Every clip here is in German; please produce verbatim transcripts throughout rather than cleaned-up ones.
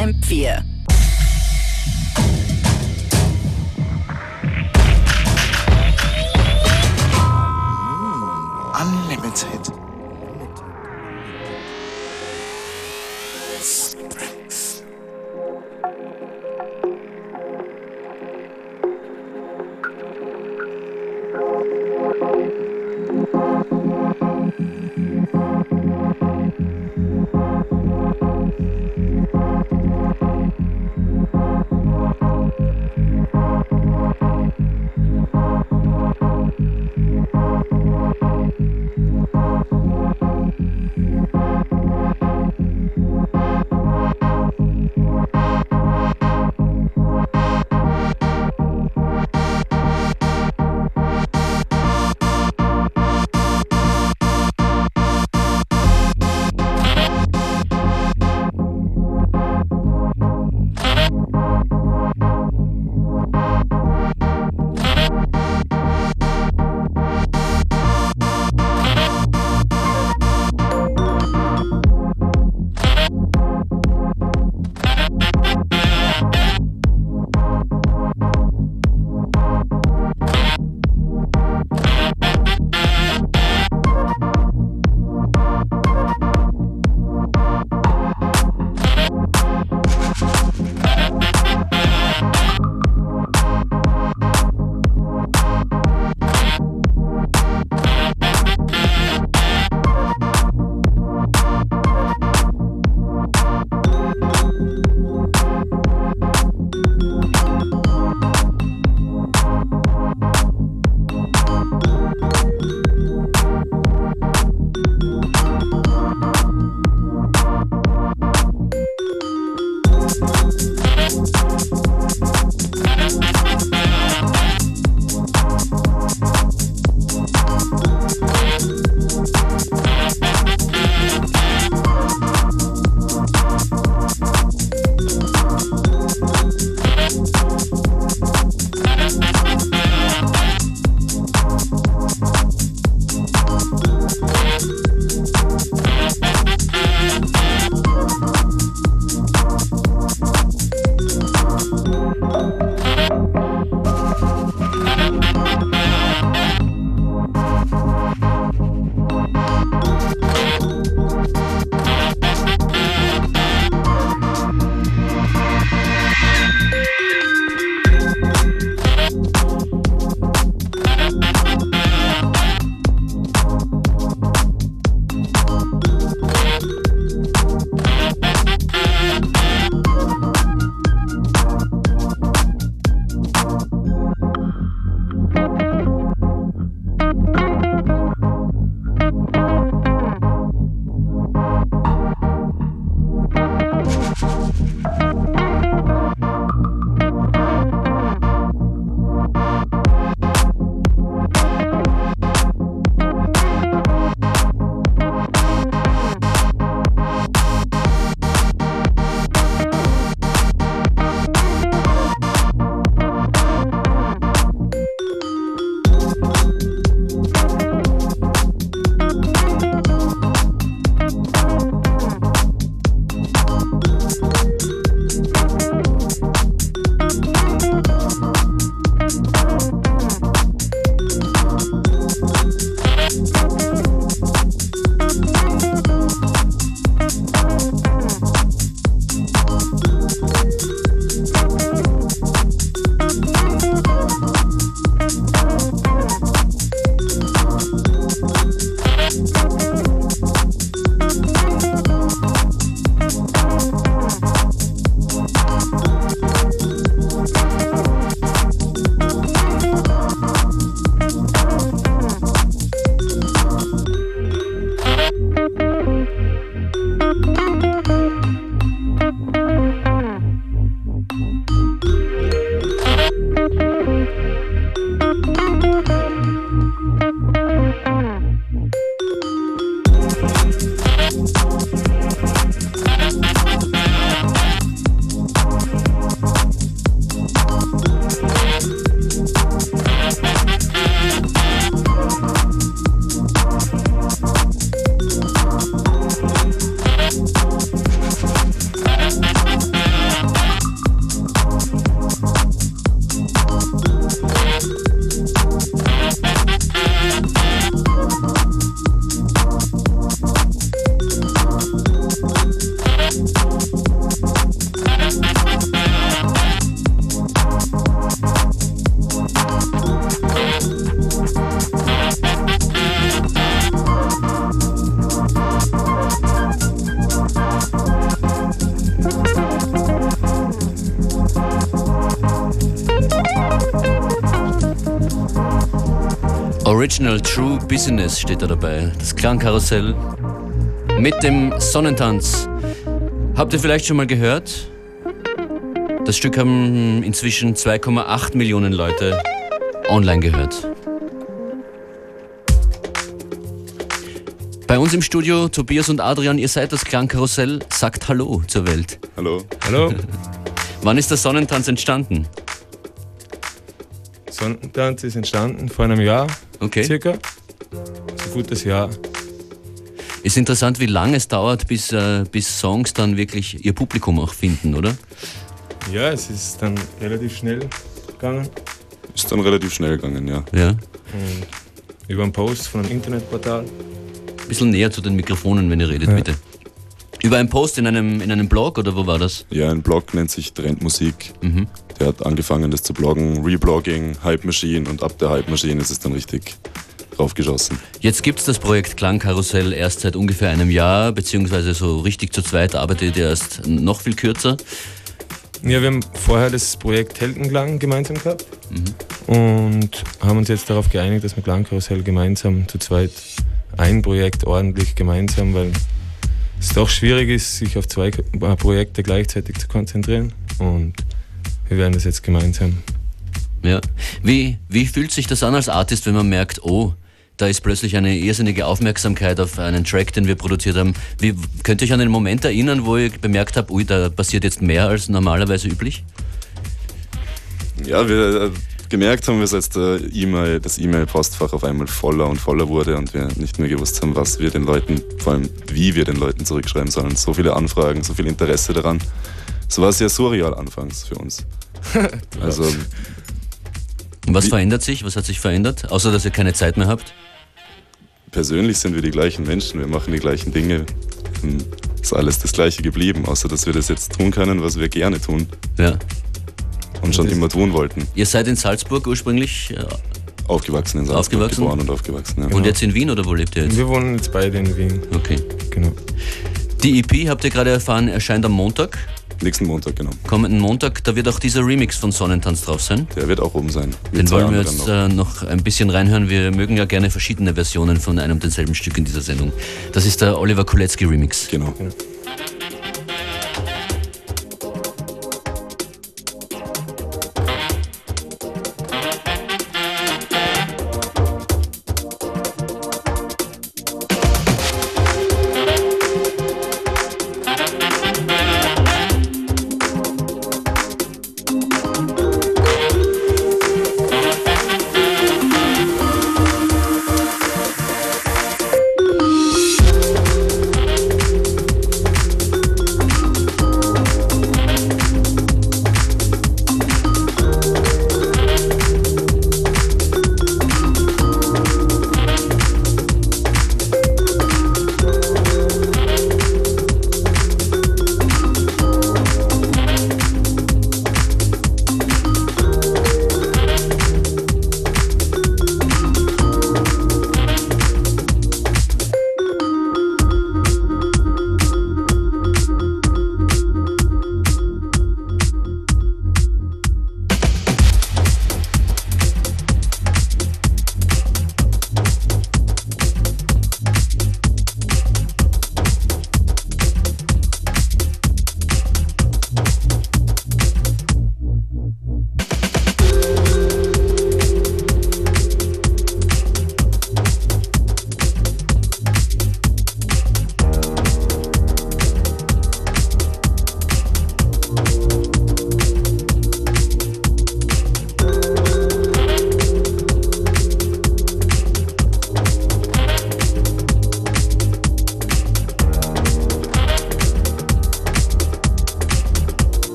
M vier. Unlimited. Original True Business steht da dabei. Das Klangkarussell mit dem Sonnentanz. Habt ihr vielleicht schon mal gehört? Das Stück haben inzwischen zwei Komma acht Millionen Leute online gehört. Bei uns im Studio, Tobias und Adrian, ihr seid das Klangkarussell. Sagt Hallo zur Welt. Hallo. Hallo. Wann ist der Sonnentanz entstanden? Sonnentanz ist entstanden vor einem Jahr, Okay. circa. So gut das Jahr. Ist interessant, wie lange es dauert, bis, äh, bis Songs dann wirklich ihr Publikum auch finden, oder? Ja, es ist dann relativ schnell gegangen. Ist dann relativ schnell gegangen, ja. Ja. Und über einen Post von einem Internetportal. Ein bisschen näher zu den Mikrofonen, wenn ihr redet, Ja. bitte. Über einen Post in einem, in einem Blog, oder wo war das? Ja, ein Blog nennt sich Trendmusik. Mhm. Der hat angefangen, das zu bloggen, Reblogging, Hype Machine, und ab der Hype Machine ist es dann richtig raufgeschossen. Jetzt gibt es das Projekt Klangkarussell erst seit ungefähr einem Jahr, beziehungsweise so richtig zu zweit arbeitet ihr erst noch viel kürzer. Ja, wir haben vorher das Projekt Heldenklang gemeinsam gehabt Mhm. und haben uns jetzt darauf geeinigt, dass wir Klangkarussell gemeinsam zu zweit ein Projekt ordentlich gemeinsam, weil es doch schwierig ist, sich auf zwei Projekte gleichzeitig zu konzentrieren, und wir werden das jetzt gemeinsam. Ja. Wie, wie fühlt sich das an als Artist, wenn man merkt, oh, da ist plötzlich eine irrsinnige Aufmerksamkeit auf einen Track, den wir produziert haben. Wie, könnt ihr euch an einen Moment erinnern, wo ihr bemerkt habt, ui, da passiert jetzt mehr als normalerweise üblich? Ja, wir äh, gemerkt haben, wir, als der E-Mail, das E-Mail-Postfach auf einmal voller und voller wurde und wir nicht mehr gewusst haben, was wir den Leuten, vor allem wie wir den Leuten zurückschreiben sollen. So viele Anfragen, so viel Interesse daran. Es war sehr surreal anfangs für uns. Also, Und was Wie- verändert sich? Was hat sich verändert? Außer, dass ihr keine Zeit mehr habt? persönlich sind wir die gleichen Menschen, wir machen die gleichen Dinge. Ist alles das Gleiche geblieben, außer dass wir das jetzt tun können, was wir gerne tun Ja. und schon Das- immer tun wollten. Ihr seid in Salzburg ursprünglich äh, Aufgewachsen in Salzburg, Aufgewachsen? geboren und aufgewachsen. Ja. und jetzt in Wien, oder wo lebt ihr jetzt? Wir wohnen jetzt beide in Wien, Okay. genau. Die E P, habt ihr gerade erfahren, erscheint am Montag, Nächsten Montag, genau. kommenden Montag. Da wird auch dieser Remix von Sonnentanz drauf sein. Der wird auch oben sein. Wie Den zwei wollen wir anderen jetzt noch. äh, noch ein bisschen reinhören. Wir mögen ja gerne verschiedene Versionen von einem und denselben Stück in dieser Sendung. Das ist der Oliver Kulecki Remix. Genau.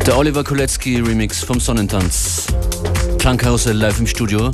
Der Oliver Kolecki Remix vom Sonnentanz. Klangkarussell live im Studio.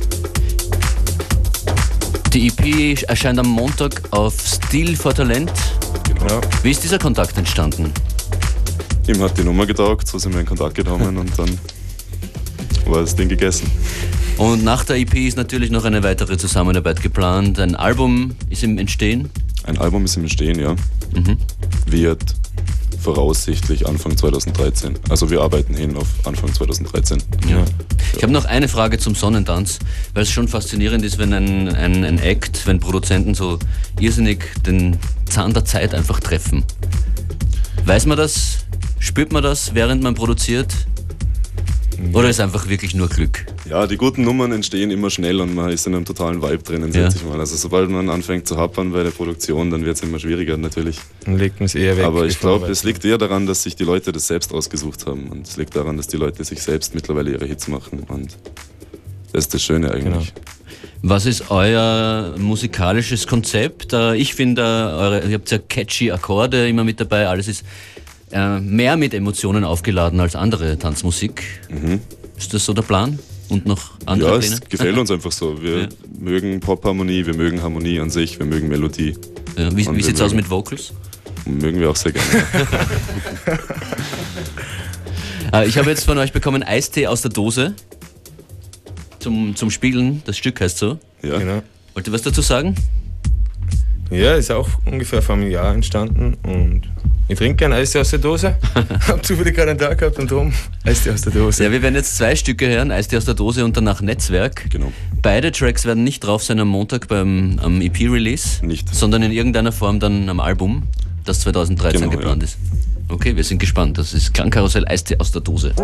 Die E P erscheint am Montag auf Stil for Talent. Genau. Wie ist dieser Kontakt entstanden? Ihm hat die Nummer getaugt, so sind wir in Kontakt gekommen und dann war das Ding gegessen. Und nach der E P ist natürlich noch eine weitere Zusammenarbeit geplant. Ein Album ist im Entstehen. Ein Album ist im Entstehen, ja. Mhm. Wird voraussichtlich Anfang zweitausenddreizehn. Also wir arbeiten hin auf Anfang zweitausenddreizehn. Ja. Ich habe noch eine Frage zum Sonnentanz, weil es schon faszinierend ist, wenn ein, ein, ein Act, wenn Produzenten so irrsinnig den Zahn der Zeit einfach treffen. Weiß man das? Spürt man das, während man produziert? Oder ist einfach wirklich nur Glück? Ja, die guten Nummern entstehen immer schnell und man ist in einem totalen Vibe drinnen, Ja. setze ich mal. Also sobald man anfängt zu happern bei der Produktion, dann wird es immer schwieriger natürlich. Dann legt man es eher weg. Aber ich bevor glaube, man- es liegt eher daran, dass sich die Leute das selbst ausgesucht haben. Und es liegt daran, dass die Leute sich selbst mittlerweile ihre Hits machen. Und das ist das Schöne eigentlich. Was ist euer musikalisches Konzept? Äh, Ich finde, äh, eure- ihr habt ja catchy Akkorde immer mit dabei. Alles ist äh, mehr mit Emotionen aufgeladen als andere Tanzmusik. Ist das so der Plan? Und noch andere Ja, Pläne? es gefällt uns einfach so. Wir Ja. mögen Popharmonie, wir mögen Harmonie an sich, wir mögen Melodie. Ja, wie Und wie wir sieht es aus mögen- mit Vocals? Mögen wir auch sehr gerne. Äh, Ich habe jetzt von euch bekommen Eistee aus der Dose zum, zum Spielen. Das Stück heißt so. Ja. Genau. Wollt ihr was dazu sagen? Ja, ist auch ungefähr vor einem Jahr entstanden und ich trinke gerne Eistee aus der Dose. Hab zufällig gerade einen Tag gehabt und drum Eistee aus der Dose. Ja, wir werden jetzt zwei Stücke hören, Eistee aus der Dose und danach Netzwerk. Genau. Beide Tracks werden nicht drauf sein am Montag beim am E P-Release, Nicht. sondern in irgendeiner Form dann am Album, das zweitausenddreizehn Genau, geplant ja. ist. Okay, wir sind gespannt. Das ist Klangkarussell Eistee aus der Dose.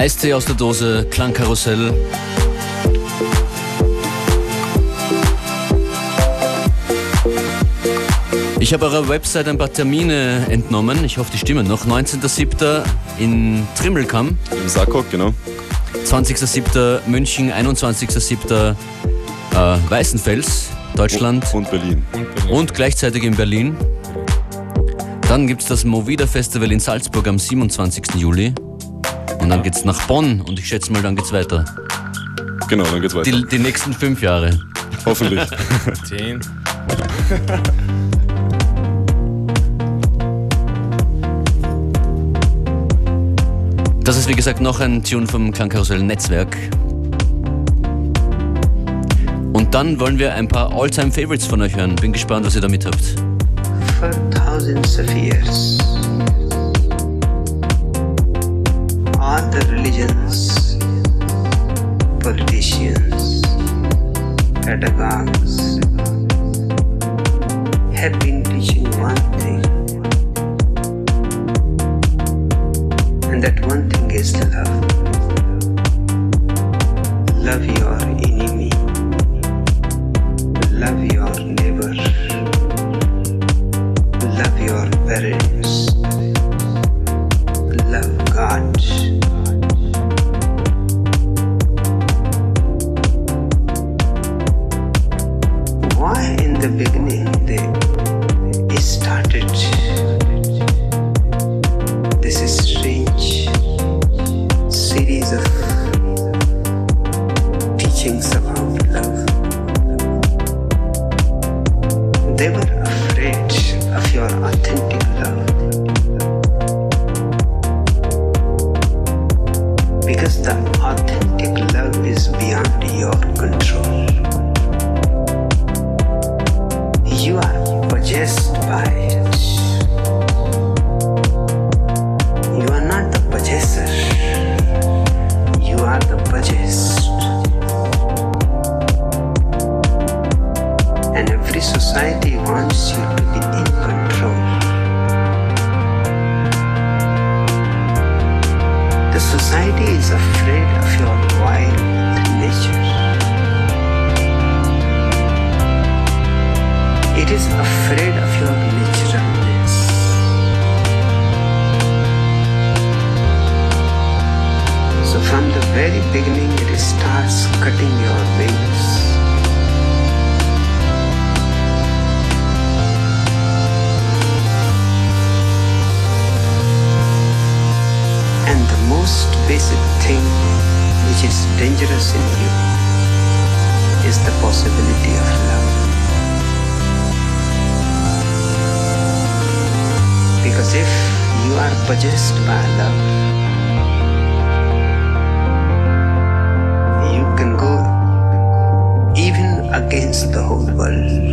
Eistee aus der Dose, Klangkarussell. Ich habe eurer Website ein paar Termine entnommen. Ich hoffe, die stimmen noch. neunzehnter siebter in Trimmelkamm. Im Sackhock, genau. zwanzigster siebter München, einundzwanzigster siebter Äh, Weißenfels, Deutschland. Und, und, Berlin. Und Berlin. Und gleichzeitig in Berlin. Dann gibt es das Movida Festival in Salzburg am siebenundzwanzigsten Juli. Und dann geht's nach Bonn und ich schätze mal, dann geht's weiter. Genau, dann geht's weiter. Die, die nächsten fünf Jahre. Hoffentlich. Zehn. Das ist wie gesagt noch ein Tune vom Klangkarussell Netzwerk. Und dann wollen wir ein paar All-Time-Favorites von euch hören. Bin gespannt, was ihr damit habt. For thousands of years, all the religions, politicians, pedagogues have been teaching one thing, and that one thing is love. Love your enemy. Love your neighbor. Love your parents. Love God. Why in the beginning they started this strange series of teachings about love? They were afraid of your authentic love, because the authentic love is beyond your control. You are possessed by it. You are not the possessor. You are the possessed. And every society wants you to be in control. The society is afraid of your wild nature. It is afraid of your naturalness. So from the very beginning it starts cutting your wings. And the most basic thing which is dangerous in you is the possibility of love. Because if you are possessed by love, you can go even against the whole world.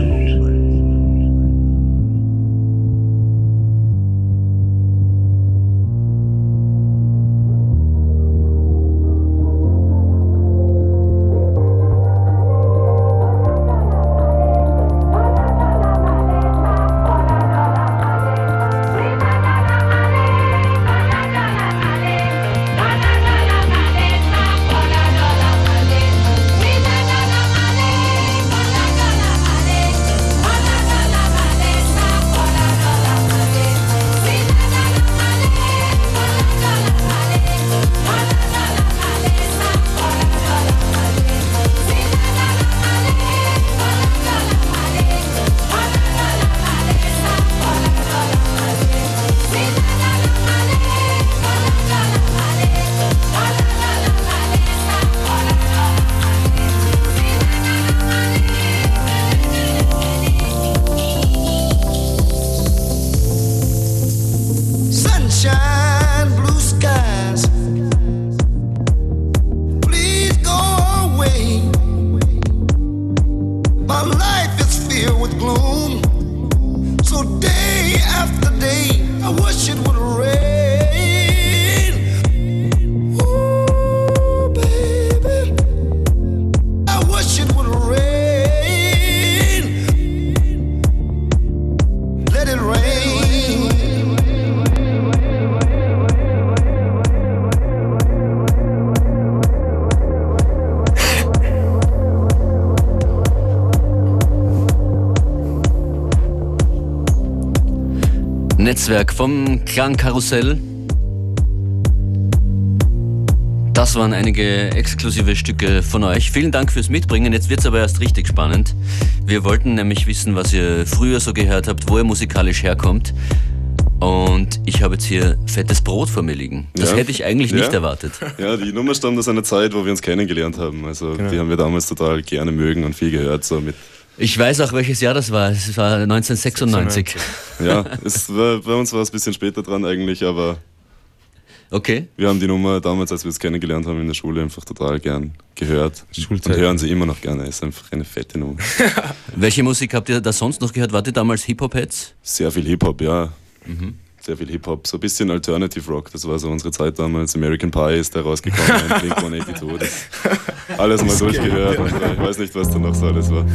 Netzwerk vom Klangkarussell. Das waren einige exklusive Stücke von euch. Vielen Dank fürs Mitbringen. Jetzt wird es aber erst richtig spannend. Wir wollten nämlich wissen, was ihr früher so gehört habt, wo ihr musikalisch herkommt. Und ich habe jetzt hier fettes Brot vor mir liegen. Das ja. hätte ich eigentlich ja. nicht erwartet. Ja, die Nummer stammt aus einer Zeit, wo wir uns kennengelernt haben. Also genau. Die haben wir damals total gerne mögen und viel gehört. So mit ich weiß auch, welches Jahr das war. Es war neunzehnhundertsechsundneunzig. Ja, es war, bei uns war es ein bisschen später dran eigentlich, aber okay. Wir haben die Nummer damals, als wir es kennengelernt haben in der Schule, einfach total gern gehört. Schulzeit. Und hören sie immer noch gerne. Es ist einfach eine fette Nummer. Welche Musik habt ihr da sonst noch gehört? Wart ihr damals Hip-Hop-Heads? Sehr viel Hip-Hop, ja. Mhm. Sehr viel Hip-Hop, so ein bisschen Alternative Rock, das war so unsere Zeit damals. American Pie ist da rausgekommen, Blink hundertzweiundachtzig, das alles mal durchgehört und ich weiß nicht, was da noch so alles war.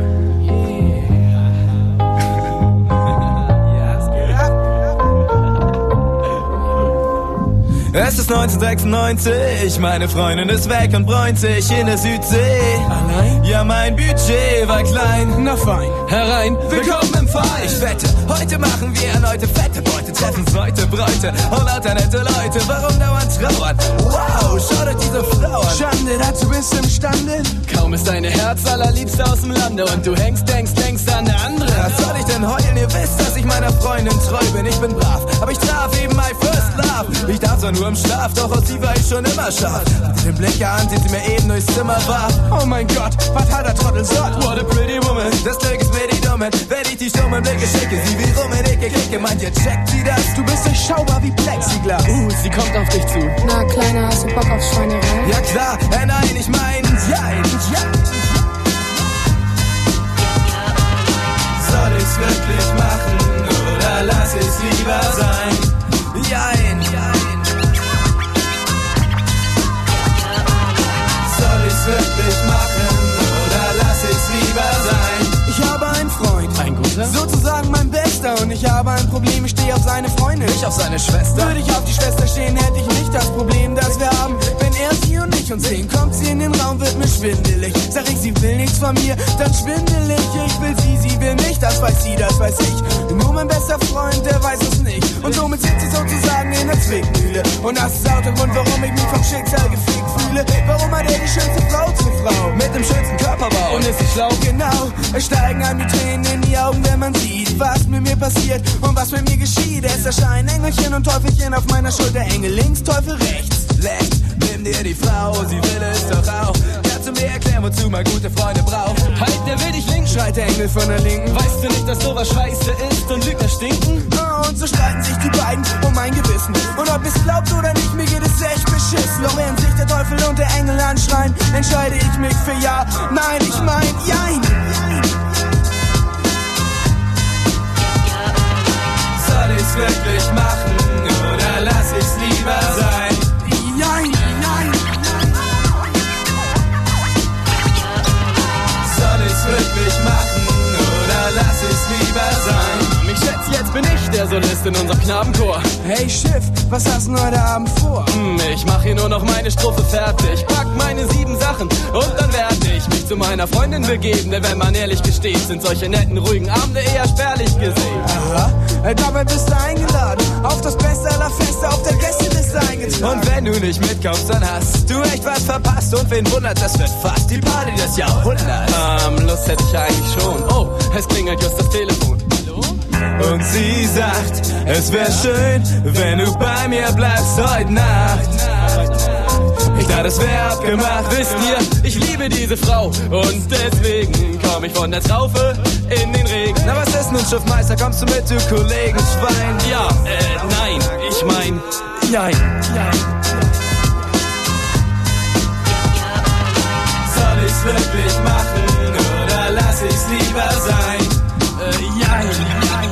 Es ist neunzehnhundertsechsundneunzig, meine Freundin ist weg und bräunt sich in der Südsee. Allein? Ja, mein Budget war klein. Na fein, herein, willkommen im Fall. Ich wette, heute machen wir erneute fette Beute, treffen heute Bräute und lauter nette Leute. Warum dauernd trauern? Wow, schau dir diese Frau an. Schande, dazu bist du imstande. Kaum ist deine Herz allerliebste aus dem Lande und du hängst, denkst, denkst an eine andere. Was soll ich denn heulen? Ihr wisst, dass ich meiner Freundin treu bin. Ich bin brav, aber ich traf eben my first love. Ich darf zwar nur im Schlaf, doch aus sie war ich schon immer scharf. Den Blick an, den sie mir eben durchs Zimmer warf. Oh mein Gott, was hat der Trottel sagt? What a pretty woman. Das Glück ist mir die Dummen, wenn ich die stummen Blicke schicke. Sie wie rum in Ecke kicke, meint ihr, checkt sie das? Du bist durchschaubar wie Plexiglas. Uh, sie kommt auf dich zu. Na, Kleiner, hast du Bock auf Schweinerei? Ja klar, äh, nein, ich mein, ja, ja. Soll ich's wirklich machen oder lass ich's lieber sein? Jein, jein. Soll ich's wirklich machen oder lass ich's lieber sein? Ich habe einen Freund, ein guter, sozusagen mein Bester. Und ich habe ein Problem, ich stehe auf seine Freundin, nicht auf seine Schwester. Würde ich auf die Schwester stehen, hätte ich nicht das Problem, das wir haben. Wenn er sie und ich uns sehen, kommt sie in den Raum, wird mir schwindelig. Sag ich, sie will nichts von mir, dann schwindel ich. Ich will sie, sie will mich, das weiß sie, das weiß ich. Nur mein bester Freund, der weiß es nicht. Und somit sitzt sie sozusagen in der Zwickmühle. Und das ist auch der Grund, warum ich mich vom Schicksal gefickt fühle. Warum hat er die schönste Frau zur Frau? Mit dem schönsten Körperbau. Und ist sie schlau? Genau. Es steigen einem die Tränen in die Augen, wenn man sieht, was mit mir passiert und was mit mir geschieht. Es erscheinen Engelchen und Teufelchen auf meiner Schulter. Engel links, Teufel rechts. Rechts, nimm dir die Frau, sie will es doch auch. Kannst du mir erklären, wozu man gute Freunde braucht? Halt, der will dich links, schreit der Engel von der Linken. Weißt du nicht, dass sowas scheiße ist und Lügner stinken? Oh, und so streiten sich die beiden um mein Gewissen. Und ob es glaubt oder nicht, mir geht es echt beschissen. Doch während sich der Teufel und der Engel anschreien, entscheide ich mich für ja. Nein, ich mein, jein. Soll ich's wirklich machen oder lass ich's lieber sein? Jein, jein. Soll ich's wirklich machen oder lass ich's lieber sein? Ich schätze, jetzt bin ich der Solist in unserem Knabenchor. Hey Schiff, was hast du heute Abend vor? Hm, ich mach hier nur noch meine Strophe fertig. Pack meine sieben Sachen und dann werde ich mich zu meiner Freundin begeben. Denn wenn man ehrlich gesteht, sind solche netten, ruhigen Abende eher spärlich gesehen. Aha, dabei bist du eingeladen auf das Beste aller Feste, auf der Gästeliste eingetragen. Und wenn du nicht mitkommst, dann hast du echt was verpasst. Und wen wundert, das wird fast die Party des Jahrhunderts. Ähm, Lust hätte ich eigentlich schon. Oh, es klingelt just das Telefon. Und sie sagt, es wär schön, wenn du bei mir bleibst heute Nacht. Ich dachte, es wär abgemacht, wisst ihr, ich liebe diese Frau. Und deswegen komm ich von der Traufe in den Regen. Na was ist nun, Schiffmeister, kommst du mit, du Kollegenschwein? Ja, äh, nein, ich mein, jein, jein. Soll ich's wirklich machen oder lass ich's lieber sein? Äh, jein, jein.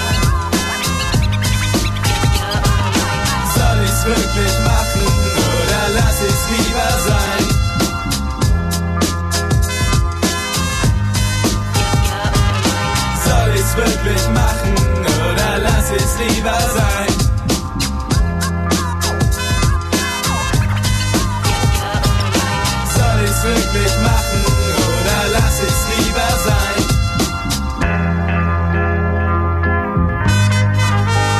Soll ich's wirklich machen oder lass ich's lieber sein? Soll ich's wirklich machen oder lass ich's lieber sein? Soll ich's wirklich machen oder lass ich's lieber sein?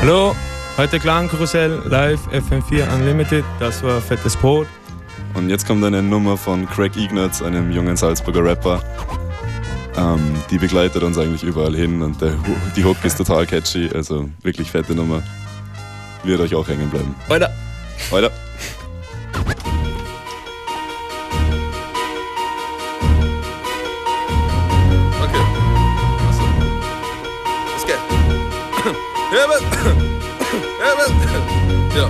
Hallo, heute Klangkarussell, live F M vier Unlimited, das war Fettes Brot. Und jetzt kommt eine Nummer von Craig Ignatz, einem jungen Salzburger Rapper. Ähm, die begleitet uns eigentlich überall hin und der, die Hook ist total catchy, also wirklich fette Nummer. Wird euch auch hängen bleiben. Weiter! Weiter! Okay. Achso. Was geht? Herbert! Herbert! Ja.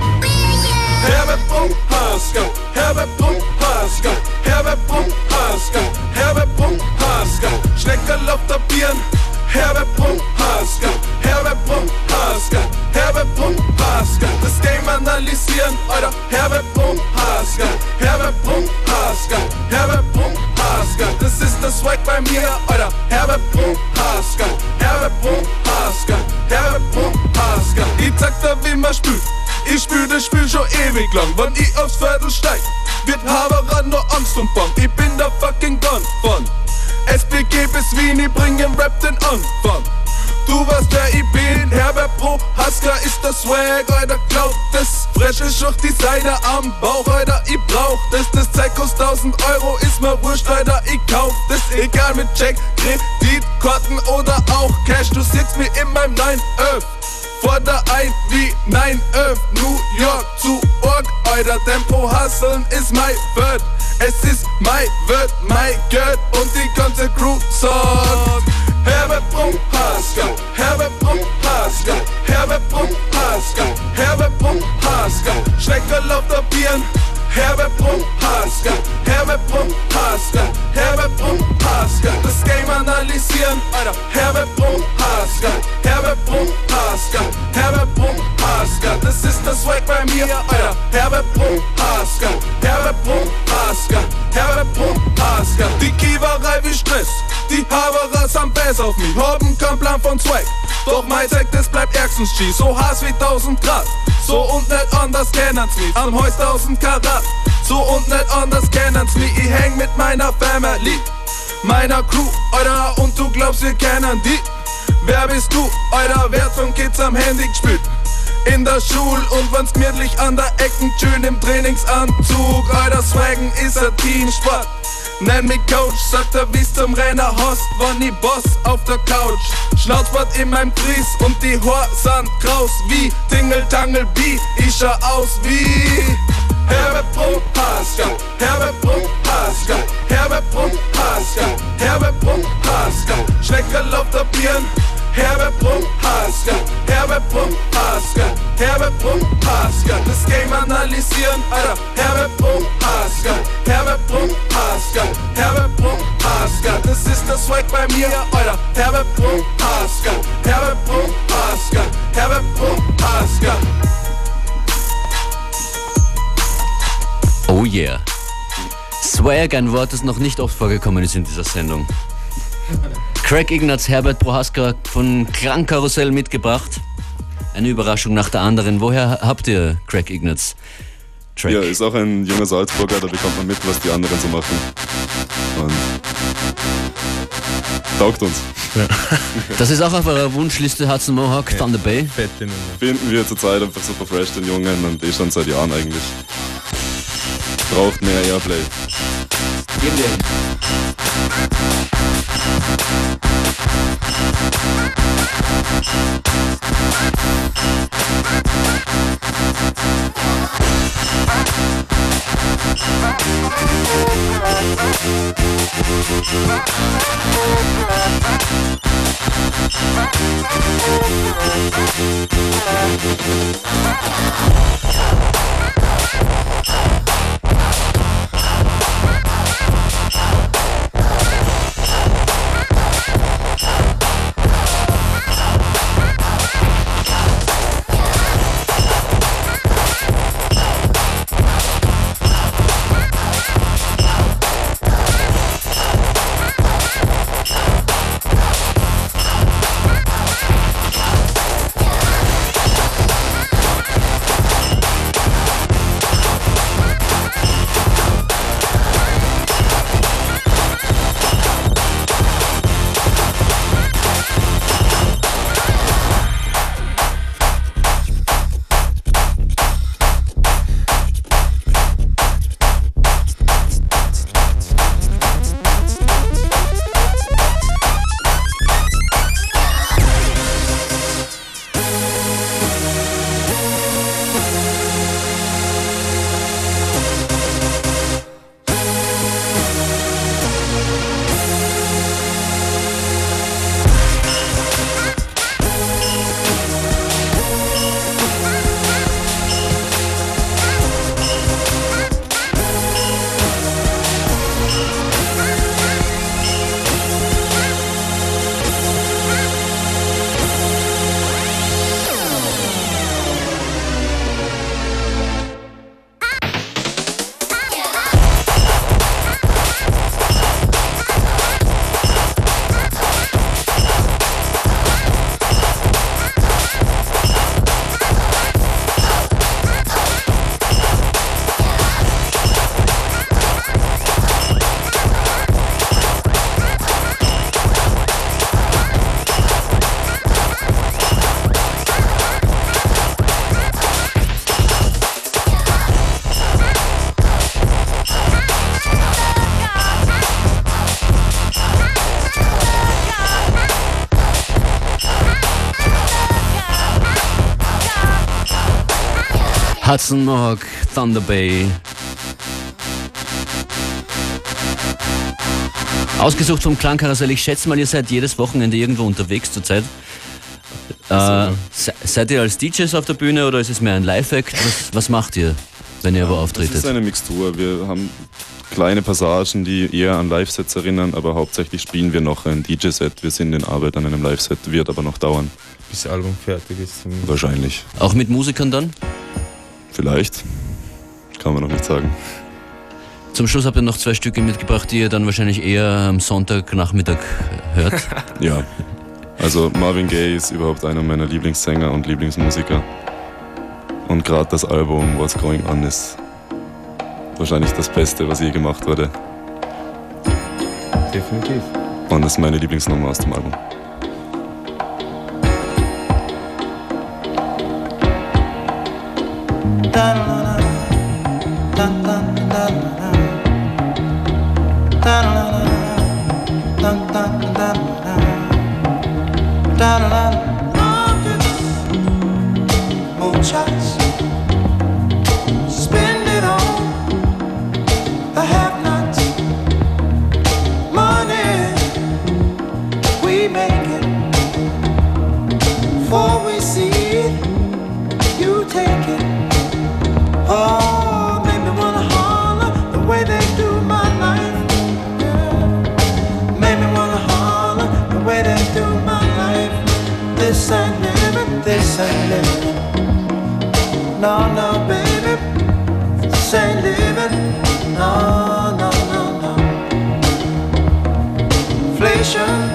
Herbert Brunk Haskell, Herbert Brunk Haskell, Herbert Brunk Haskell, Herbert Brunk Haskell, Schneckerl auf der Birn, Herbert Brunk Haskell, Herbert Brunk Haskell, Herbert Brunk Haskell, das Game analysieren, Alter, Herbert Brunk Haskell, Herbert Brunk Haskell, Herbert Brunk Haskell, das ist das Swag bei mir, Alter, Herbert Brunk Haskell, Herbert Brunk Haskell, Herbert Brunk Haskell, ich zeig dir, wie man spielt. Ich spür das Spiel schon ewig lang, wann ich aufs Viertel steig, wird Haberan nur Angst und Bang. Ich bin der fucking Gun von S B G bis Wien, ich bring im Rap den Anfang. Du weißt wer ich bin, Herbert Prohaska ist der Swag, Alter, glaubt das. Frische Schucht Designer am Bauch, Alter, ich brauch das. Das Zeug kostet tausend Euro, ist mir wurscht, Alter, ich kauf das. Egal mit Check, Kreditkarten oder auch Cash, du sitzt mir in meinem neun elf. Vorder ein wie neun elf, New York zu Org, Alter, Tempo Hustlen ist mein Word. Es ist mein Word, mein Geld und die ganze Crew sagt Herbert Brunk Haskell, Herbert Brunk Haskell, Herbert Brunk Haskell, Herbert Brunk Haskell, Schneckerl auf der Birn, Herbert Brunk Haskell, Herbert Brunk Haskell, Herbert Brunk Haskell, das Game analysieren, Alter, Herbert Brunk Haskell, Herbert Brunk Haskell, Herbert Brunk Haskell, das ist das Swag bei mir, Alter, Herbert Brunk Haskell, Herbert Brunk Haskell, Herbert Brunk Haskell, die Kiewerei wie Stress, die Haberer sind besser auf mich, haben keinen Plan von Swag, doch mein Zeug, das bleibt ärgstens G, so heiß wie tausend Grad, so und nicht anders kennen's mich, am Haus tausend Karat, so und nicht anders kennen's mich, ich häng mit meiner Family, meiner Crew, Alter, und du glaubst, wir kennen die. Wer bist du, Alter, wer von Kids am Handy gespielt? In der Schule und wenn's gemütlich an der Ecken, schön im Trainingsanzug, Alter, Swaggen ist ein Teamsport. Nenn mich Coach, sagt er, wie's zum Renner hast, wann ich Boss auf der Couch. Schnauzbart in meinem Gries und die Haare sind kraus wie Tingle-Tangle B, ich schau aus wie Herbert Brunk Haskell, Herbert Brunk Haskell, Herbert Brunk Haskell, Herbert Brunk Haskell, Schneckerl auf der Birn, Herbert Brunk Haskell, Herbert Brunk Haskell, Herbert Brunk Haskell, das Game analysieren, Alter, Herbert Brunk Haskell, Herbert Brunk Haskell, Herbert Brunk Haskell, das ist das Swag bei mir, Alter, Herbert Brunk Haskell, Herbert Brunk Haskell, Herbert Brunk Haskell. Oh yeah. Swag, ein Wort, das noch nicht oft vorgekommen ist in dieser Sendung. Craig Ignatz, Herbert Prohaska von Klangkarussell mitgebracht. Eine Überraschung nach der anderen. Woher habt ihr Craig Ignatz? Track? Ja, ist auch ein junger Salzburger, da bekommt man mit, was die anderen so machen. Und taugt uns. Ja. Das ist auch auf eurer Wunschliste, Hudson Mohawk, ja. Thunder Bay. Fette Nummer. Finden wir zurzeit einfach super fresh, den Jungen, und eh schon seit Jahren eigentlich. Braucht mehr Airplay. Geben wir. Hudson Mohawk, Thunder Bay. Ausgesucht vom Klangkarussell. Ich schätze mal, ihr seid jedes Wochenende irgendwo unterwegs zurzeit. Äh, se, seid ihr als D Js auf der Bühne oder ist es mehr ein Live-Act? Was, was macht ihr, wenn ihr aber auftretet? Das ist eine Mixtur. Wir haben kleine Passagen, die eher an Live-Sets erinnern, aber hauptsächlich spielen wir noch ein D J-Set. Wir sind in Arbeit an einem Live-Set, wird aber noch dauern. Bis das Album fertig ist. Wahrscheinlich. Auch mit Musikern dann? Vielleicht. Kann man noch nicht sagen. Zum Schluss habt ihr noch zwei Stücke mitgebracht, die ihr dann wahrscheinlich eher am Sonntagnachmittag hört. Ja. Also Marvin Gaye ist überhaupt einer meiner Lieblingssänger und Lieblingsmusiker. Und gerade das Album What's Going On ist wahrscheinlich das Beste, was je gemacht wurde. Definitiv. Und das ist meine Lieblingsnummer aus dem Album. Moonshots, spend it on the have-nots. Money, we make it. Before we see it, you take it. Oh, make me wanna holler the way they do my life. Yeah. Make me wanna holler the way they do my life. This ain't living, this ain't living. No, no, baby, this ain't living. No, no, no, no. Inflation,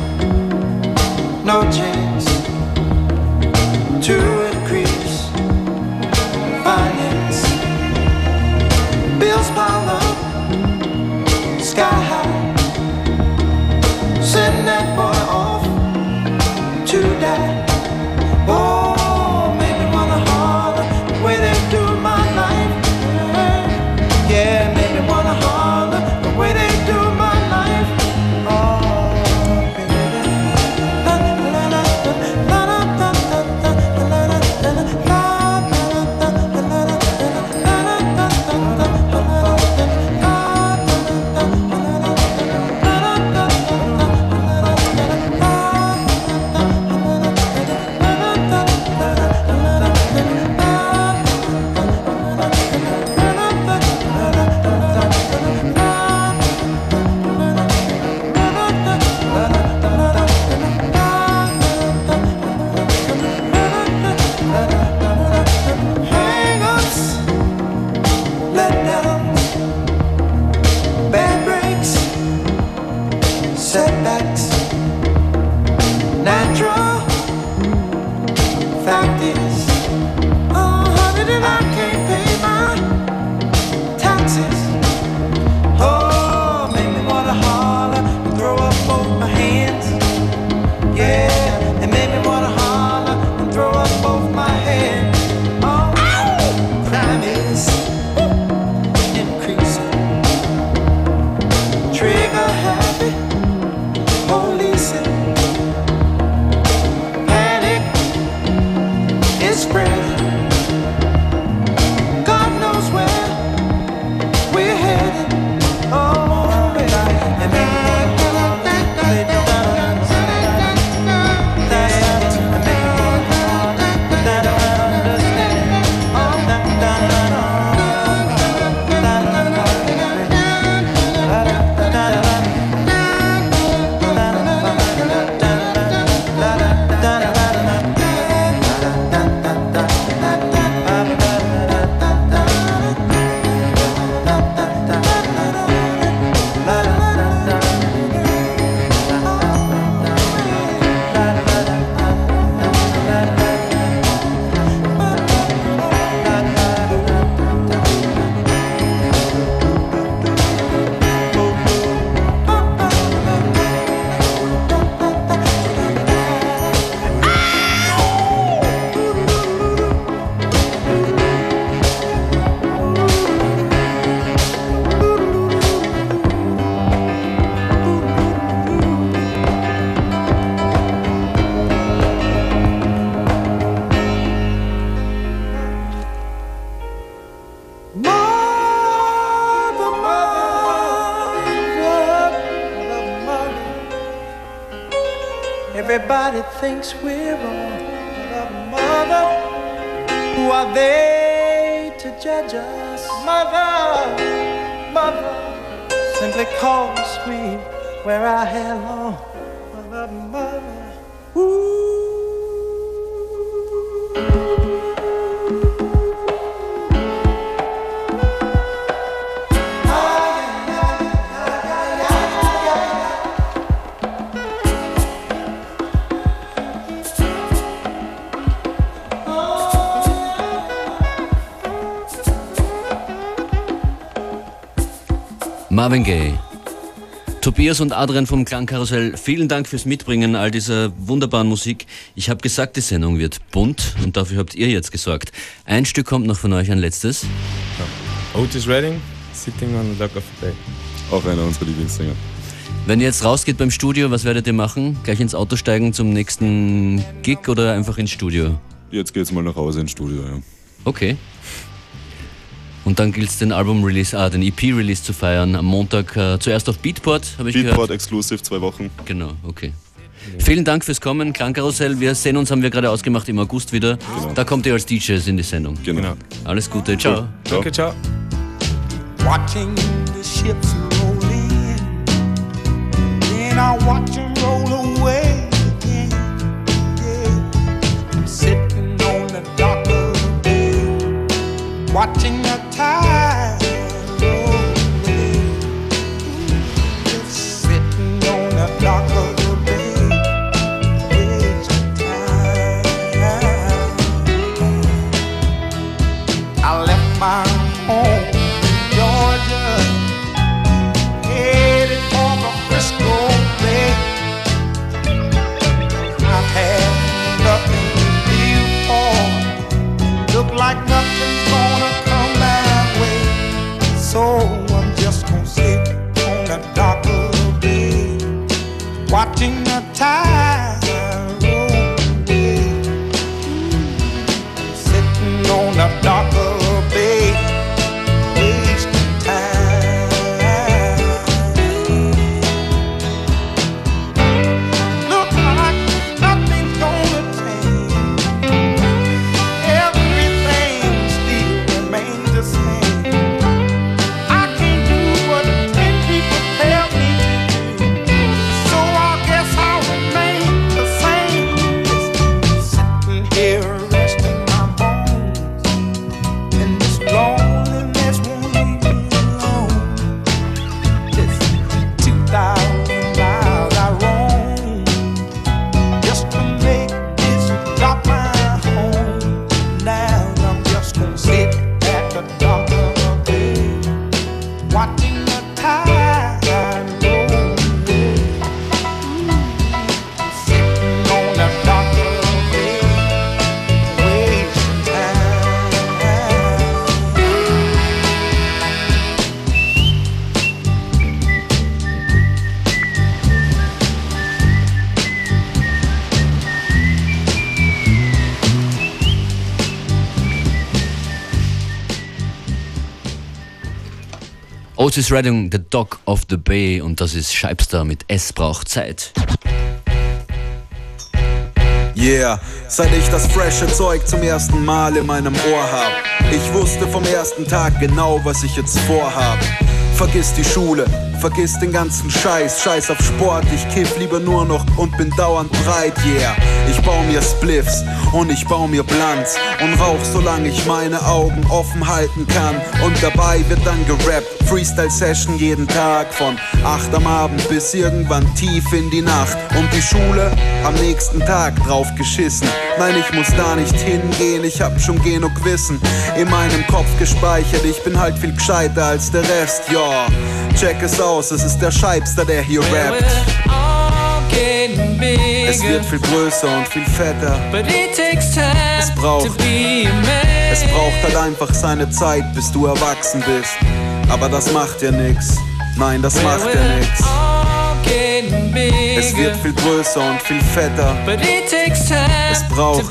no chance to increase finance. Bills pile up, sky high. Send that boy off to die. Oh, make me wanna holler the way they do my life. Yeah, make me wanna holler the way they do my life. Oh, baby. La la la la la la la la la la hang-ups, letdowns, bad breaks, setbacks, natural. Fact is, oh, honey, that I can't pay my taxes. Oh, make me wanna holler and throw up both my hands. Yeah, and make me wanna holler and throw up both my hands. Oh, crime is increasing. Trigger happy, Everybody thinks we're wrong, but mother, who are they to judge us? Mother, mother, simply cause we wear our hair long. Mother, mother, ooh. Marvin Gaye, Tobias und Adrian vom Klangkarussell, vielen Dank fürs Mitbringen all dieser wunderbaren Musik. Ich habe gesagt, die Sendung wird bunt und dafür habt ihr jetzt gesorgt. Ein Stück kommt noch von euch, ein letztes. Ja. Otis Redding, Sitting on the Dock of the Bay. Auch einer unserer Lieblingssänger. Wenn ihr jetzt rausgeht beim Studio, was werdet ihr machen? Gleich ins Auto steigen zum nächsten Gig oder einfach ins Studio? Jetzt geht's mal nach Hause ins Studio, ja. Okay. Und dann gilt es den Album-Release, ah, den E P-Release zu feiern. Am Montag äh, zuerst auf Beatport, habe ich gehört. Beatport Exclusive, zwei Wochen. Genau, okay. Ja. Vielen Dank fürs Kommen, Klangkarussell. Wir sehen uns, haben wir gerade ausgemacht, im August wieder. Genau. Da kommt ihr als D Js in die Sendung. Genau. Alles Gute, ciao. Cool. Ciao. Danke, ciao. Watching the ships roll in, then I watch them roll away again. Yeah. I'm sitting on the dock of the bay, watching the tide roll away. Just sitting on the dock of the bay, wasting time. I left my home in Georgia, headed for the Frisco Bay. I've had nothing to live for, look like nothing's gonna come my way. So I'm just gonna sit on the dock of the bay, watching the tide roll away. Sitting on the dock of the bay, wasting time. Look like nothing's gonna change, everything still remains the same. I can't do what ten people tell me to do, so I guess I'll remain the same. Sitting here resting my bones, and this loneliness won't leave me alone. This two thousand miles I roam just to make this drop my home. Now I'm just gonna sit at the dock of the bay, watching the tide roll away. Sitting on the dock of the bay, wasting time. Otis Redding, The Dock of the Bay, und das ist Scheibster mit Es braucht Zeit. Yeah, seit ich das frische Zeug zum ersten Mal in meinem Ohr hab, ich wusste vom ersten Tag genau, was ich jetzt vorhab. Vergiss die Schule, vergiss den ganzen Scheiß, Scheiß auf Sport, ich kiff lieber nur noch und bin dauernd breit, yeah. Ich bau mir Spliffs und ich bau mir Blunts und rauch, solange ich meine Augen offen halten kann. Und dabei wird dann gerappt, Freestyle-Session jeden Tag, von acht am Abend bis irgendwann tief in die Nacht. Und die Schule am nächsten Tag drauf geschissen. Nein, ich muss da nicht hingehen, ich hab schon genug Wissen in meinem Kopf gespeichert. Ich bin halt viel gescheiter als der Rest, ja. Check es aus, es ist der Scheibster, der hier rappt. Es wird viel größer und viel fetter. Es braucht, es braucht halt einfach seine Zeit, bis du erwachsen bist. Aber das macht ja nix. Nein, das macht ja nix. Es wird viel größer und viel fetter. Es braucht,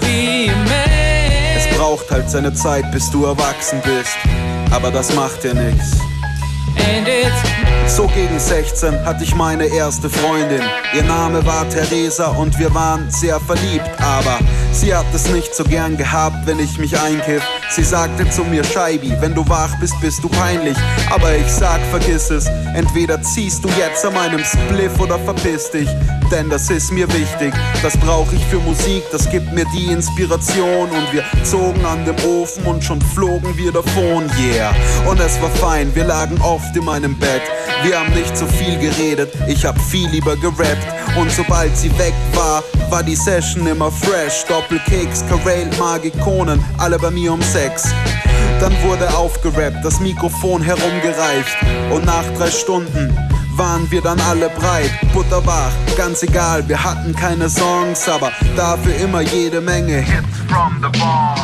es braucht halt seine Zeit, bis du erwachsen bist. Aber das macht ja nix. And it's So gegen sechzehn hatte ich meine erste Freundin. Ihr Name war Theresa und wir waren sehr verliebt. Aber sie hat es nicht so gern gehabt, wenn ich mich einkiff. Sie sagte zu mir, Scheibi, wenn du wach bist, bist du peinlich. Aber ich sag, vergiss es. Entweder ziehst du jetzt an meinem Spliff oder verpiss dich. Denn das ist mir wichtig, das brauch ich für Musik, das gibt mir die Inspiration. Und wir zogen an dem Ofen und schon flogen wir davon, yeah. Und es war fein, wir lagen oft in meinem Bett. Wir haben nicht so viel geredet, ich hab viel lieber gerappt. Und sobald sie weg war, war die Session immer fresh. Doppelkeks, Karel, Magikonen, alle bei mir um sechs. Dann wurde aufgerappt, das Mikrofon herumgereicht. Und nach drei Stunden waren wir dann alle breit, butterwach, ganz egal, wir hatten keine Songs, aber dafür immer jede Menge Hits from the bomb.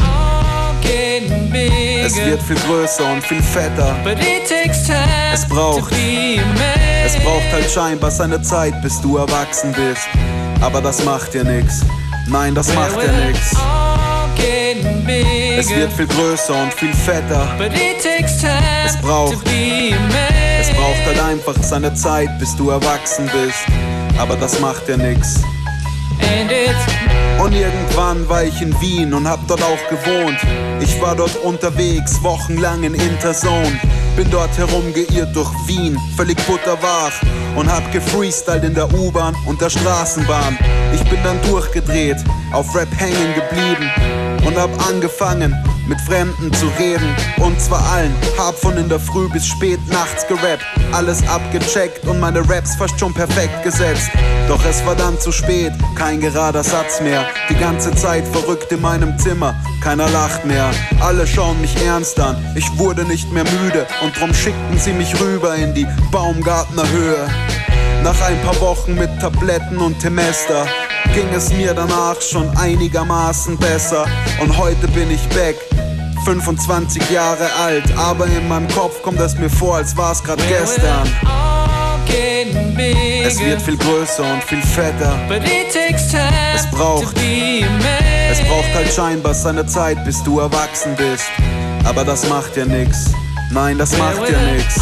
Es wird viel größer und viel fetter. Es braucht, es braucht halt scheinbar seine Zeit, bis du erwachsen bist. Aber das macht dir nix. Nein, das macht dir nix. Es wird viel größer und viel fetter. Es braucht, es braucht halt einfach seine Zeit, bis du erwachsen bist. Aber das macht dir nix. Und irgendwann war ich in Wien und hab dort auch gewohnt. Ich war dort unterwegs, wochenlang in Interzone. Bin dort herumgeirrt durch Wien, völlig butterwach. Und hab gefreestylt in der U-Bahn und der Straßenbahn. Ich bin dann durchgedreht, auf Rap hängen geblieben. Und hab angefangen, mit Fremden zu reden. Und zwar allen, hab von in der Früh bis spät nachts gerappt. Alles abgecheckt und meine Raps fast schon perfekt gesetzt. Doch es war dann zu spät, kein gerader Satz mehr. Die ganze Zeit verrückt in meinem Zimmer, keiner lacht mehr. Alle schauen mich ernst an, ich wurde nicht mehr müde. Und drum schickten sie mich rüber in die Baumgartner Höhe. Nach ein paar Wochen mit Tabletten und Temester ging es mir danach schon einigermaßen besser. Und heute bin ich back, fünfundzwanzig Jahre alt. Aber in meinem Kopf kommt es mir vor, als war's grad gestern. Es wird viel größer und viel fetter. Es braucht, es braucht halt scheinbar seine Zeit, bis du erwachsen bist. Aber das macht ja nix. Nein, das macht ja nix.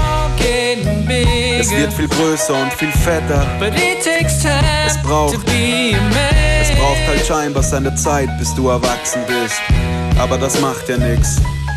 Es wird viel größer und viel fetter. Es braucht, es braucht halt scheinbar seine Zeit, bis du erwachsen bist. Aber das macht ja nix.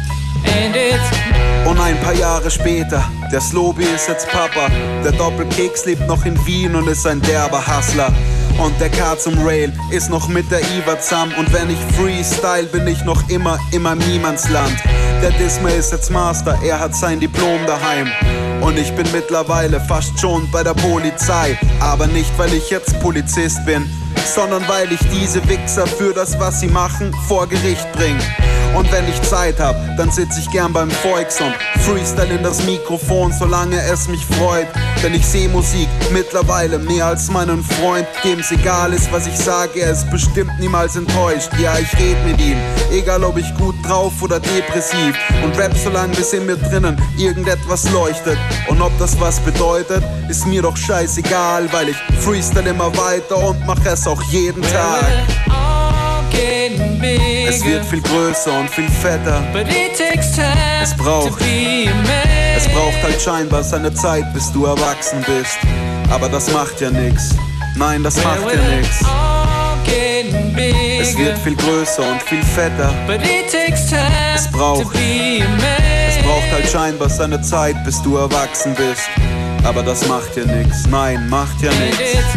Und ein paar Jahre später, der Slobi ist jetzt Papa. Der Doppelkeks lebt noch in Wien und ist ein derber Hustler. Und der K zum Rail ist noch mit der Iva zusammen. Und wenn ich freestyle, bin ich noch immer in meinem Niemandsland. Der Disma ist jetzt Master, er hat sein Diplom daheim. Und ich bin mittlerweile fast schon bei der Polizei. Aber nicht, weil ich jetzt Polizist bin, sondern weil ich diese Wichser für das, was sie machen, vor Gericht bring. Und wenn ich Zeit hab, dann sitz ich gern beim Volks und freestyle in das Mikrofon, solange es mich freut. Denn ich seh Musik mittlerweile mehr als meinen Freund, dem's egal ist, was ich sage, er ist bestimmt niemals enttäuscht. Ja, ich red mit ihm, egal ob ich gut drauf oder depressiv, und rap solange bis in mir drinnen irgendetwas leuchtet. Und ob das was bedeutet, ist mir doch scheißegal, weil ich freestyle immer weiter und mach es auch jeden Tag. Es wird viel größer und viel fetter. Es braucht, es braucht halt scheinbar seine Zeit, bis du erwachsen bist. Aber das macht ja nix. Nein, das macht ja nix. Es wird viel größer und viel fetter. Es braucht, es braucht halt scheinbar seine Zeit, bis du erwachsen bist. Aber das macht ja nix. Nein, macht ja nix.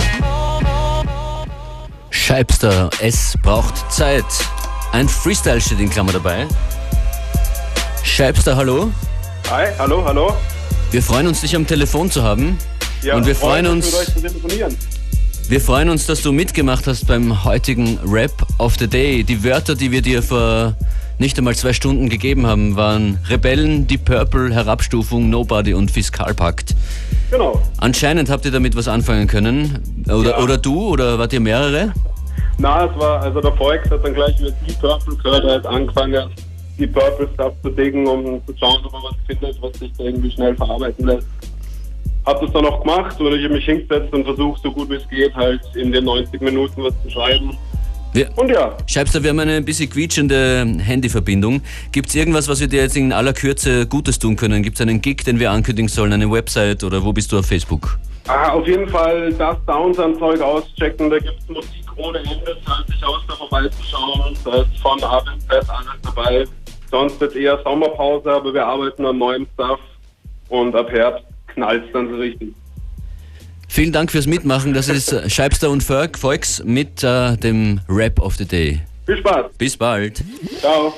Scheibster, es braucht Zeit. Ein Freestyle steht in Klammer dabei. Scheibster, hallo. Hi, hallo, hallo. Wir freuen uns, dich am Telefon zu haben. Ja, und wir freuen uns, mit euch zu telefonieren. Wir freuen uns, dass du mitgemacht hast beim heutigen Rap of the Day. Die Wörter, die wir dir vor nicht einmal zwei Stunden gegeben haben, waren Rebellen, Deep Purple, Herabstufung, Nobody und Fiskalpakt. Genau. Anscheinend habt ihr damit was anfangen können. Oder, ja. oder du, oder wart ihr mehrere? Na, es war, also der Volks hat dann gleich über Deep Purple gehört, er hat angefangen, Deep Purple Stuff zu diggen, um zu schauen, ob er was findet, was sich da irgendwie schnell verarbeiten lässt. Hab das dann auch gemacht, oder ich habe mich hingesetzt und versucht, so gut wie es geht, halt in den neunzig Minuten was zu schreiben. Wir, Und ja. Scheibster, wir haben eine ein bisschen quietschende Handyverbindung. Gibt es irgendwas, was wir dir jetzt in aller Kürze Gutes tun können? Gibt es einen Gig, den wir ankündigen sollen, eine Website oder wo bist du auf Facebook? Ah, auf jeden Fall das Sounds-Zeug auschecken, da gibt es Musik ohne Ende, zahlt sich aus, da vorbeizuschauen. Da ist von A bis Z alles dabei. Sonst wird eher Sommerpause, aber wir arbeiten an neuem Stuff und ab Herbst knallt es dann so richtig. Vielen Dank fürs Mitmachen. Das ist Scheibster und Volk, Volks mit äh, dem Rap of the Day. Viel Spaß. Bis bald. Ciao.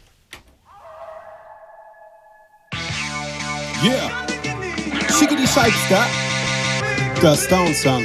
Yeah. Schickety Scheibster. Das Downsound.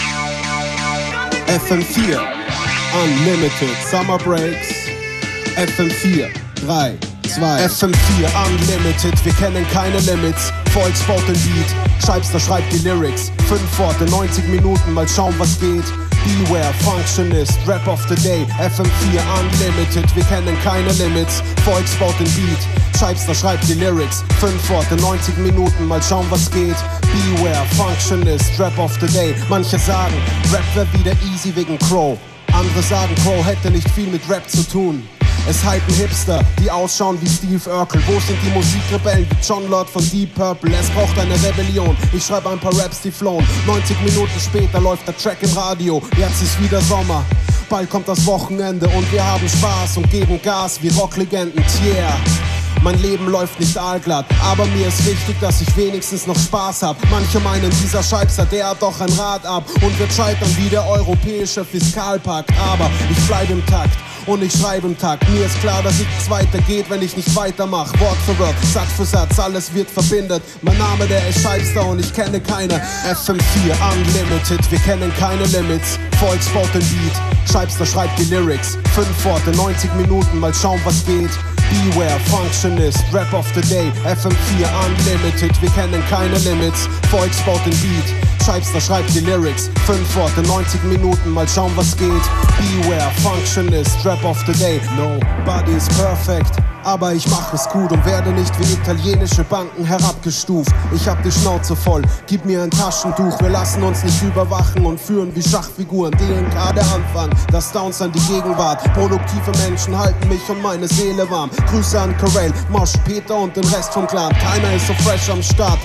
F M vier. Unlimited Summer Breaks. F M vier. drei, zwei. F M vier Unlimited. Wir kennen keine Limits. Volks baut den Beat. Scheibster schreibt die Lyrics. Fünf Worte, neunzig Minuten. Mal schauen, was geht. Beware, Functionist, Rap of the Day, F M vier Unlimited, wir kennen keine Limits, Volks baut den Beat, Scheibster schreibt die Lyrics, fünf Worte, neunzig Minuten, mal schauen was geht, Beware, Functionist, Rap of the Day, manche sagen, Rap wär wieder easy wegen Crow, andere sagen, Crow hätte nicht viel mit Rap zu tun. Es hypen Hipster, die ausschauen wie Steve Urkel. Wo sind die Musikrebellen wie Jon Lord von Deep Purple? Es braucht eine Rebellion, ich schreibe ein paar Raps, die flown. neunzig Minuten später läuft der Track im Radio, jetzt ist wieder Sommer. Bald kommt das Wochenende und wir haben Spaß und geben Gas wie Rocklegenden, yeah. Mein Leben läuft nicht allglatt, aber mir ist wichtig, dass ich wenigstens noch Spaß hab. Manche meinen, dieser Scheibster, der hat doch ein Rad ab und wird scheitern wie der europäische Fiskalpakt. Aber ich bleib im Takt und ich schreibe im Takt. Mir ist klar, dass nichts weitergeht, wenn ich nicht weitermach. Wort für Wort, Satz für Satz, alles wird verbindet. Mein Name, der ist Scheibster und ich kenne keine. F M vier Unlimited, wir kennen keine Limits. Volks baut den Beat, Scheibster schreibt die Lyrics. Fünf Worte, neunzig Minuten, mal schauen was geht. Beware, Functionist, Rap of the Day, F M vier Unlimited, wir kennen keine Limits. Volks baut den Beat, Scheibster schreibt die Lyrics. Fünf Worte, neunzig Minuten, mal schauen was geht. Beware, Functionist, Rap of the Day. Nobody's perfect, aber ich mach es gut und werde nicht wie italienische Banken herabgestuft. Ich hab die Schnauze voll, gib mir ein Taschentuch. Wir lassen uns nicht überwachen und führen wie Schachfiguren. D N K der Anfang, das Downs an die Gegenwart. Produktive Menschen halten mich und meine Seele warm. Grüße an Corel, Mosch, Peter und den Rest vom Clan. Keiner ist so fresh am Start.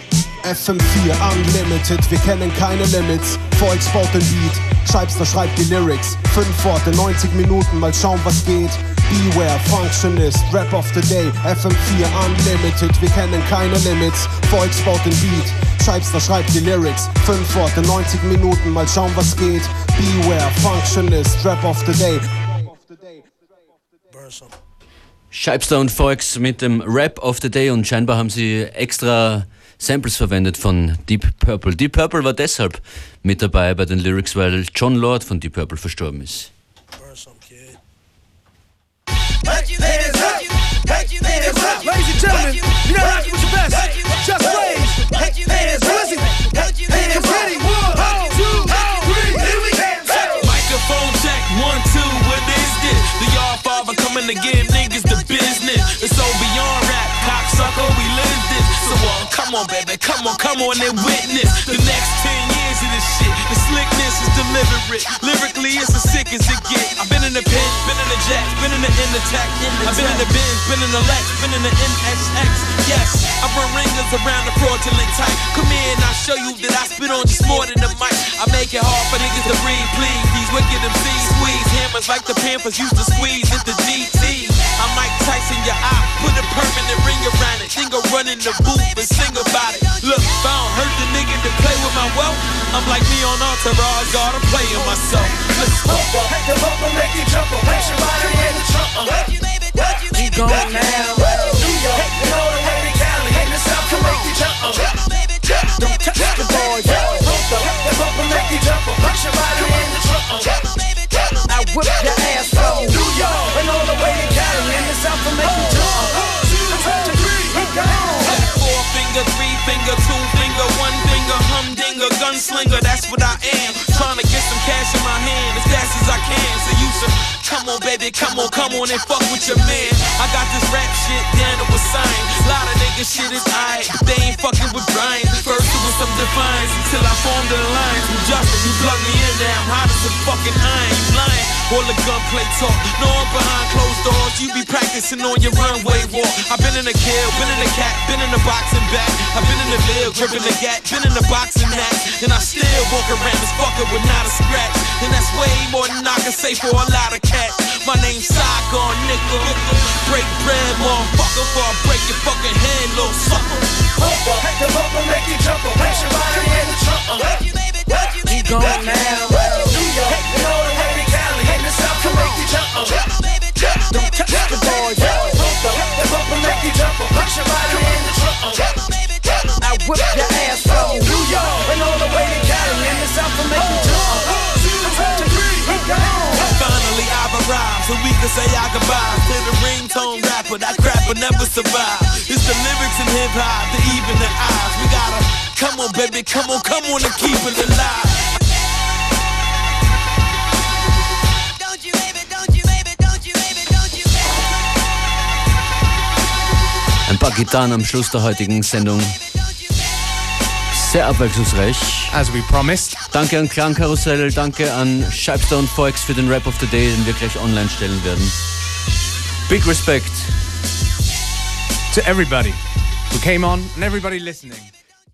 F M vier Unlimited, wir kennen keine Limits. Volks baut den Beat, Scheibster schreibt die Lyrics. Fünf Worte, neunzig Minuten, mal schauen was geht. Beware, Functionist, Rap of the Day, F M vier Unlimited, wir kennen keine Limits. Volks baut den Beat, Scheibster schreibt die Lyrics. Fünf Worte, neunzig Minuten, mal schauen was geht. Beware, Functionist, Rap of the Day. Scheibster und Volks mit dem Rap of the Day und scheinbar haben sie extra Samples verwendet von Deep Purple. Deep Purple war deshalb mit dabei bei den Lyrics, weil Jon Lord von Deep Purple verstorben ist. Ladies and gentlemen, you know how to do your best. Just raise hands. Listen, get ready. One, two, three, here we go. Microphone check, one, two, what is this? The Yard Father coming to give niggas the business. It's so beyond rap, cocksucker, we live this. So uh, come on, baby, come on, come on and witness the next ten years of this shit. The slickness is deliberate. Lyrically, it's as sick as it get. I've been in the pen, been in the jet, been in the in the tech. I've been in the Benz, been in the Lex, been in the N X X. Yes, I run ringers around the fraudulent type. Come here and I'll show you that I spit on just more than the mic. I make it hard for niggas to breathe, please. These wicked M Cs squeeze hammers like the Pampers used to squeeze at the G T. I'm Mike Tyson, your eye, put a permanent ring around it. Then go run in the booth and sing about it. Look, if I don't hurt the nigga to play with my wealth, I'm like me on Entourage, God, I'm playing myself. Let's go. Make the bumper, make you jump, make your body in the trunk. Keep going now. New York, and all the way to Cali, in the South to make you jump. Don't touch the boy, the bumper, make you jump, make your body in the trunk. I whip your ass from New York, and all the way to Cali, in the South to make you jump. Four finger, three finger, two finger, one finger, humdinger, gunslinger, that's what I am. Trying to get some cash in my hand as fast as I can. So you Come on, baby, come on, come on and fuck with your man. I got this rap shit down to a sign. A lot of niggas shit is aight, but they ain't fucking with Brian. First it was some defiance until I formed the alliance with Justin. You plug me in now, I'm hot as a fucking iron. You lying, all the gunplay talk. No, I'm behind closed doors. You be practicing on your runway walk. I've been in a kill, been in a cat, been in a boxing back. I've been in the veil, gripping the gat, been in the boxing match. And I still walk around this fucker with not a scratch. And that's way more than I can say for a lot of cats. My name's Saigon, nigga. Break bread, motherfucker, before I break your fucking head, little sucker. Bumper, the bumper make you jump up. Place your body in the trunk. Keep going now. New York, and all the way to Cali. In the South to make you jump up. Don't touch the boys. Bumper, the bumper make you jump up. Place your body in the trunk. I whip your ass from New York, and all the way to Cali. In the South to make you jump up. Finally I've arrived, so we can say our goodbyes to the ringtone rapper. That crap will never survive. It's the lyrics in hip hop, the even the eyes. We gotta come on, baby, come on, come on and keep it alive. Don't you baby, don't you baby, don't you baby, don't you baby. Ein paar Gitarren am Schluss der heutigen Sendung. Sehr abwechslungsreich. As we promised. Danke an Klangkarussell, danke an Scheibster und Volks für den Rap of the Day, den wir gleich online stellen werden. Big respect to everybody who came on and everybody listening.